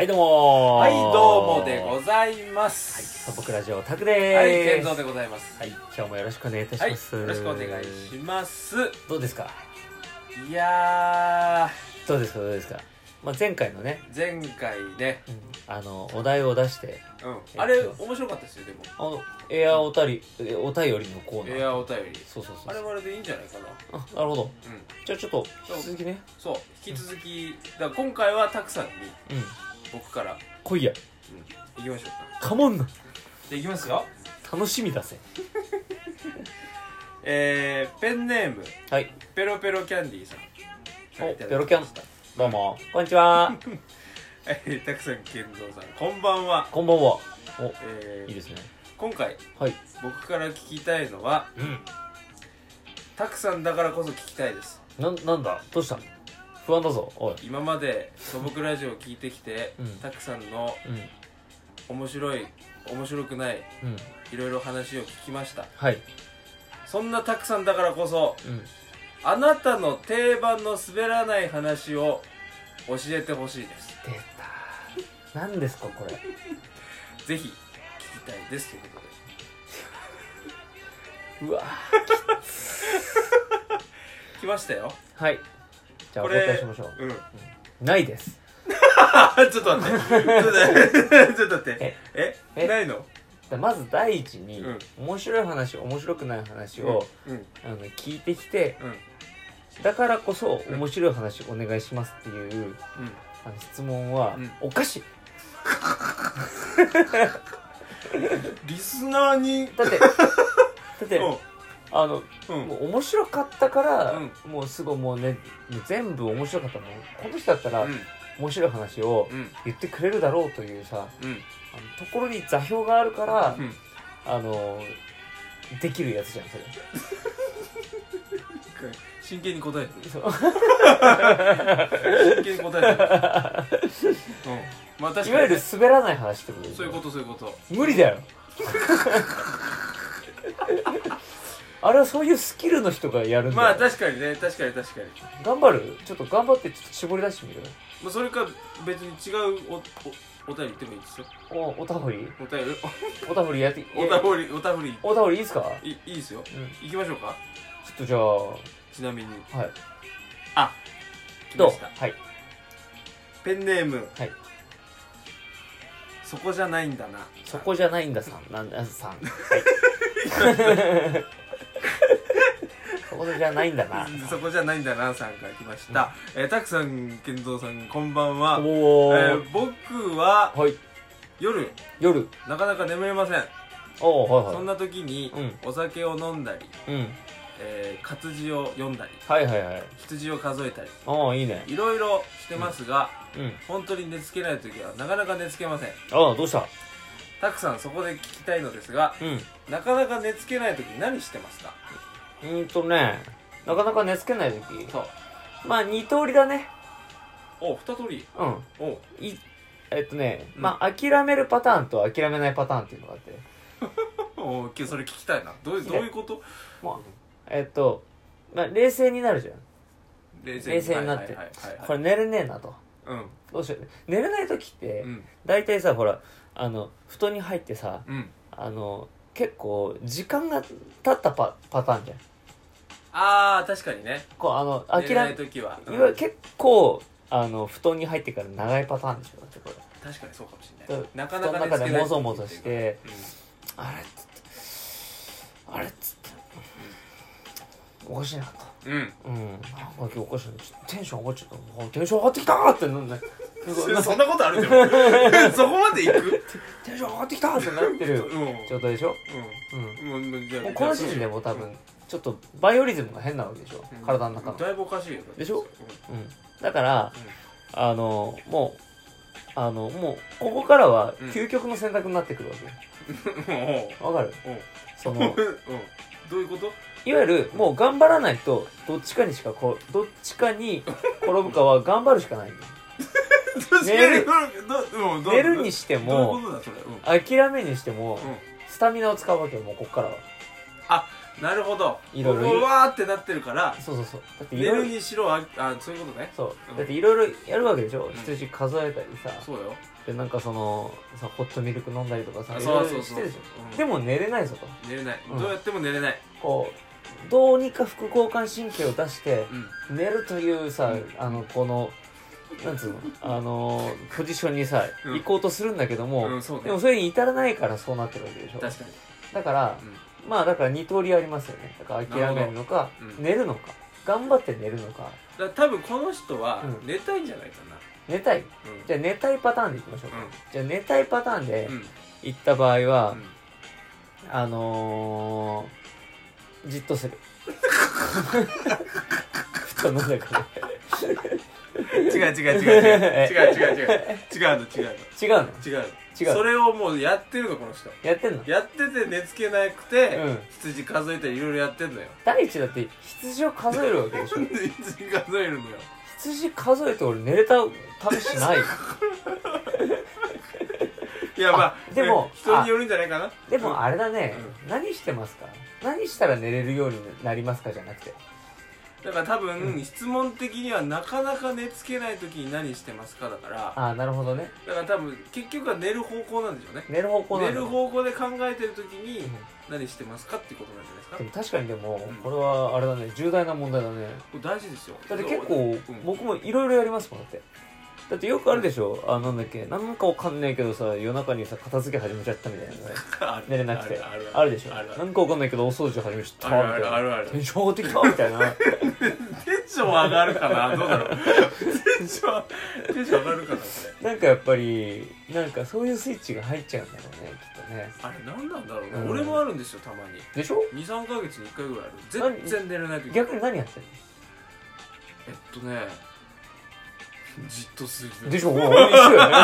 はいどうもー。 はいどうもでございます。 はい、素朴ラジオタクでーす。 はい、健三でございます。 はい、今日もよろしくお願いいたします。 はい、よろしくお願いします。 どうですか？ いやどうですか？まあ、前回のね、 前回ね、 お題を出して、 あれ面白かったですよ。でもエアお便りのコーナー。 エアお便り。 そう。 あれはあれでいいんじゃないかな。 あ、なるほど。じゃあちょっと引き続きね。 そう、引き続き。だから今回はたくさんに、僕から来いや。 行きましょうか。 カモンな。 じゃあ行きますよ。 楽しみだぜ。 ペンネーム、 はい、 ペロペロキャンディーさん。 お、ペロキャン。どうも、こんにちは。 たくさん健三さん、こんばんは。 こんばんは。お、いいですね。 今回、 はい、 僕から聞きたいのは、たくさんだからこそ聞きたいです。 なんだどうしたの？不安だぞ。おい、 今まで素朴ラジオを聞いてきて、たくさんの面白い面白くない、いろいろ話を聞きました。 はい。 そんなたくさんだからこそ、あなたの定番の滑らない話を教えてほしいです。 出た。何ですかこれ。 ぜひ聞きたいですということで。 うわ来ましたよ。 はい。じゃあお答えしましょう。ないです。 ちょっと待って。ちょっと待って。ないの？ まず第一に、面白い話、面白くない話を聞いてきて、だからこそ面白い話お願いしますっていう質問はおかしい。 リスナーにだってもう面白かったから、もうすごいもうね、全部面白かったの。この人だったら面白い話を言ってくれるだろうというさ、ところに座標があるから、できるやつじゃんそれ。 真剣に答えてる。真剣に答えてる。まあ確かにいわゆる滑らない話ってことです。 そういうこと。 無理だよ。あれはそういうスキルの人がやるんだよ。 まあ確かにね、確かに。 頑張る？ちょっと頑張ってちょっと絞り出してみる。 まあそれか別に違うお便り言ってもいいですよ。 おたふり？ お便りおたふりやって。 おたふりいいですか？ いいですよ。行きましょうか。 ちょっとじゃあちなみに、 はい。 来ました。 はい。 ペンネーム、 はい。 そこじゃないんだな。 そこじゃないんださん。はい。そこじゃないんだな。 そこじゃないんだなさんから来ました。たくさん、健三さん、こんばんは。僕は、夜、なかなか眠れません。そんな時に、お酒を飲んだり、活字を読んだり、羊を数えたり、 いいね。 いろいろしてますが、本当に寝つけない時はなかなか寝つけません。 どうした？ たくさんそこで聞きたいのですが、なかなか寝つけない時何してますか？ なかなか寝つけない時、まあ2通りだね。 2通り。 まあ諦めるパターンと諦めないパターンっていうのがあって。 今日それ聞きたいな。どういうこと？ まあ冷静になるじゃん。 冷静になって、これ寝れねえなと。どうしよう。寝れない時って大体さ、ほら布団に入ってさ、結構時間が経ったパターンじゃん。 確かにね。 諦めない時は、いわゆる結構布団に入ってから長いパターンでしょ。だってこれ確かにそうかもしれない。なかなか寝つけない。布団の中でもぞもぞして、あれっつっておかしいなと。なんか今日おかしいな。テンション上がっちゃった。テンション上がってきたってなんだよ。 そんなことあるじゃん。そこまで行く？ テンション上がってきたってなってる状態でしょ。もうこの時点でもう多分ちょっとバイオリズムが変なわけでしょ。体の中の。 だいぶおかしいよ。 でしょ。だからもうここからは究極の選択になってくるわけ。わかる？ どういうこと？ いわゆるもう頑張らないとどっちかに転ぶかは頑張るしかないんだよ。寝るにしても諦めにしてもスタミナを使うわけよ。もうこっからは。 なるほど。 いろいろうわーってなってるから。 そうそうそう。 だって寝るにしろ、そういうことね。 そう。だっていろいろやるわけでしょ。羊数えたりさ。 そうよ。 でなんかさホットミルク飲んだりとかさ、 そうしてるでしょ。でも寝れないぞと。 寝れない。どうやっても寝れない。 こうどうにか副交感神経を出して寝るというさ、このなんつうのポジションにさ行こうとするんだけども、でもそれに至らないからそうなってるわけでしょ。 確かに。 だからまあだから二通りありますよね。だから諦めるのか寝るのか頑張って寝るのか。 だ多分この人は寝たいんじゃないかな。 寝たい、じゃあ寝たいパターンでいきましょうか、じゃあ寝たいパターンでいった場合は、じっとする布団の中で違うのそれをもうやってるのこの人やってんのやってて寝つけなくて、羊数えたりいろいろやってんのよ。 第一だって羊を数えるわけでしょ。 羊数えるのよ。 羊数えて俺寝れた試しない。 いやまあでも人によるんじゃないかな。 でもあれだね、何してますか、何したら寝れるようになりますかじゃなくて、 だから多分、質問的にはなかなか寝つけない時に何してますかだから。 なるほどね。 だから多分結局は寝る方向なんでしょうね。 寝る方向なんだ、 寝る方向で考えてる時に何してますかっていうことなんじゃないですか。 でも確かにでも、これはあれだね、重大な問題だね。 これ大事ですよ。 だって結構、僕もいろいろやりますもん。だってよくあるでしょ、なんだっけ、なんかわかんないけどさ、夜中にさ片付け始めちゃったみたいなね。寝れなくてあるでしょ。なんかわかんないけどお掃除始めちゃったみたいな。テンション上がってきたみたいな。 テンション上がるかな、どうだろう。テンション上がるかな、これ。なんかやっぱりなんかそういうスイッチが入っちゃうんだろうね、きっとね。 あれ何なんだろうね。俺もあるんですよ、たまに。 でしょ。 2,3 ヶ月に1回ぐらいある。全然寝れない時。 逆に何やってんの？ じっとするでしょ。もう一緒よね。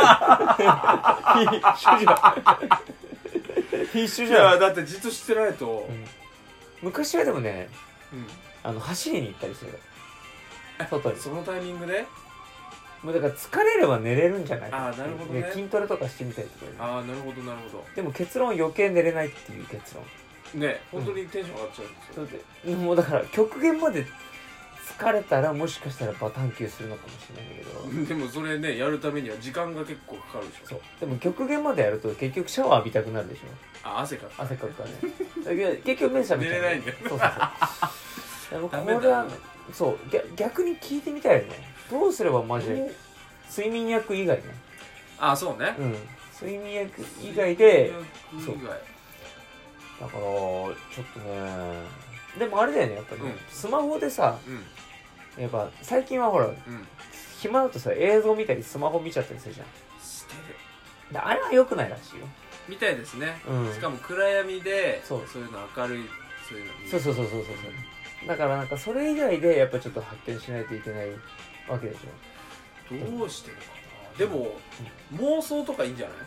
一緒じゃん。 だってじっとしてないと、 昔はでもね、走りに行ったりする外に。 そのタイミングでもうだから疲れれば寝れるんじゃないか。 なるほどね。 筋トレとかしてみたりとか。 なるほどなるほど。 でも結論余計寝れないっていう結論ね。本当にテンション上がっちゃうんですよ。 もうだから極限まで疲れたらもしかしたらバタンキューするのかもしれないんだけど、でもそれねやるためには時間が結構かかるでしょ。 そう。でも極限までやると結局シャワー浴びたくなるでしょ。 汗かくからね。結局目覚めちゃう。 寝れないんだよ。 でもこれはそう逆に聞いてみたいよね。どうすればマジで睡眠薬以外ね。 そうね。 睡眠薬以外で、 そうだからちょっとね、でもあれだよね、やっぱりスマホでさ、やっぱ最近はほら暇だとさ映像見たりスマホ見ちゃったりするじゃん。 してる。あれは良くないらしいよ。 みたいですね。しかも暗闇でそういうの明るいそういうの。 そうだからなんかそれ以外でやっぱちょっと発見しないといけないわけでしょ。どうしてるかな。でも妄想とかいいんじゃない？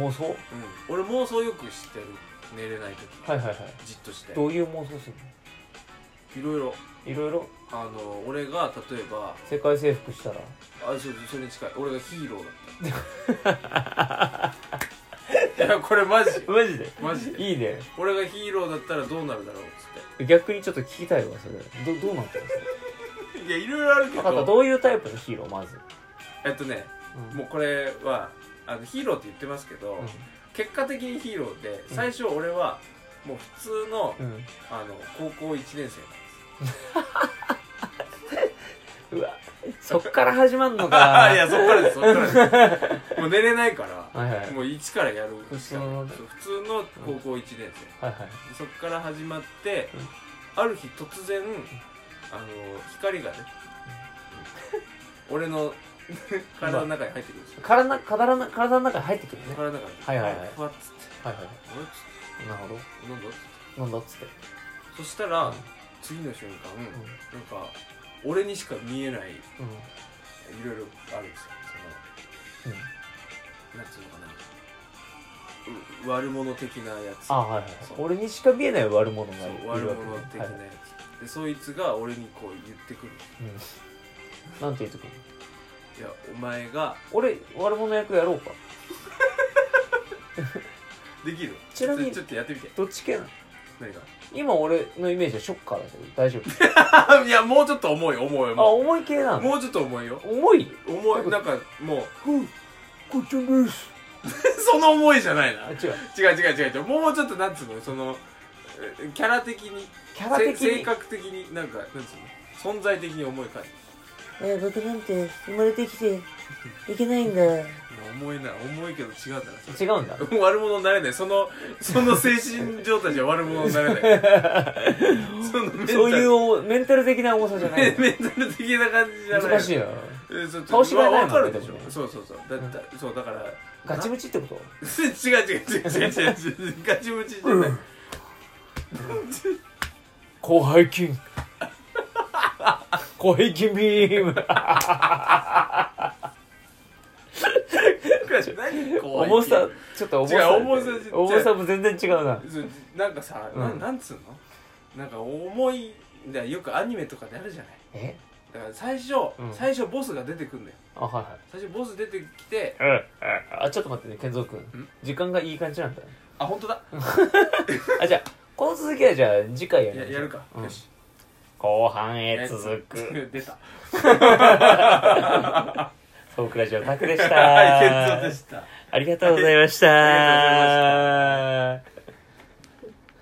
妄想？ 俺妄想よくしてる。寝れない時。じっとして。 どういう妄想するの？いろいろ。俺が例えば世界征服したら、 それに近い。俺がヒーローだった。いやこれマジでいいね。 俺がヒーローだったらどうなるだろうっつって。 逆にちょっと聞きたいわそれ。どうなってるんですか？ いやいろいろあるけど。 分かった。どういうタイプのヒーローまず。 もうこれはヒーローって言ってますけど、結果的にヒーローで最初俺はもう普通の高校1年生なんです。 うわ、そっから始まんのか。 いやそっからです。もう寝れないからもう一からやる。普通の高校1年生。そっから始まってある日突然光がね俺の体の中に入ってくるんですよ。体の中に入ってくるね。体の中にふわっつって、なるほど、なんだっつって。そしたら次の瞬間なんか俺にしか見えないいろいろあるんですよ。なんつうのかな、悪者的なやつ。俺にしか見えない悪者がいる。悪者的なやつで、そいつが俺にこう言ってくる。なんて言ってくる？いや、お前が俺悪者役やろうか。できる？ちなみにちょっとやってみて。どっち系なの？ 何が今俺のイメージはショッカーだけど大丈夫いやもうちょっと重い重い系なの。 もうちょっと重いよ。 重いなんかもうこっちですその重いじゃないな。 違うもうちょっとなんつうの、そのキャラ的に性格的になんかなんつうの、存在的に重い感じ。 僕なんて生まれてきていけないんだ。 重いけど違うんだな。 違うんだ。 悪者になれない。その精神状態じゃ悪者になれないそういうメンタル的な重さじゃないメンタル的な感じじゃない。 難しいな。倒しがいないもんね。 分かるでしょ。そうそうだからガチムチってこと？ 違うガチムチじゃない。 広背筋ビーム重さちょっと重さも全然違うな。 なんかさ、なんつうの、なんか重いよくアニメとかであるじゃない。だから最初ボスが出てくんだよ。最初ボス出てきて、 ちょっと待ってね、健三君、時間がいい感じなんだ。 本当だ。 じゃあこの続きはじゃあ次回やるか。よし、 後半へ続く。 出た。 トークラジオタクでした。 健三でした。 ありがとうございました。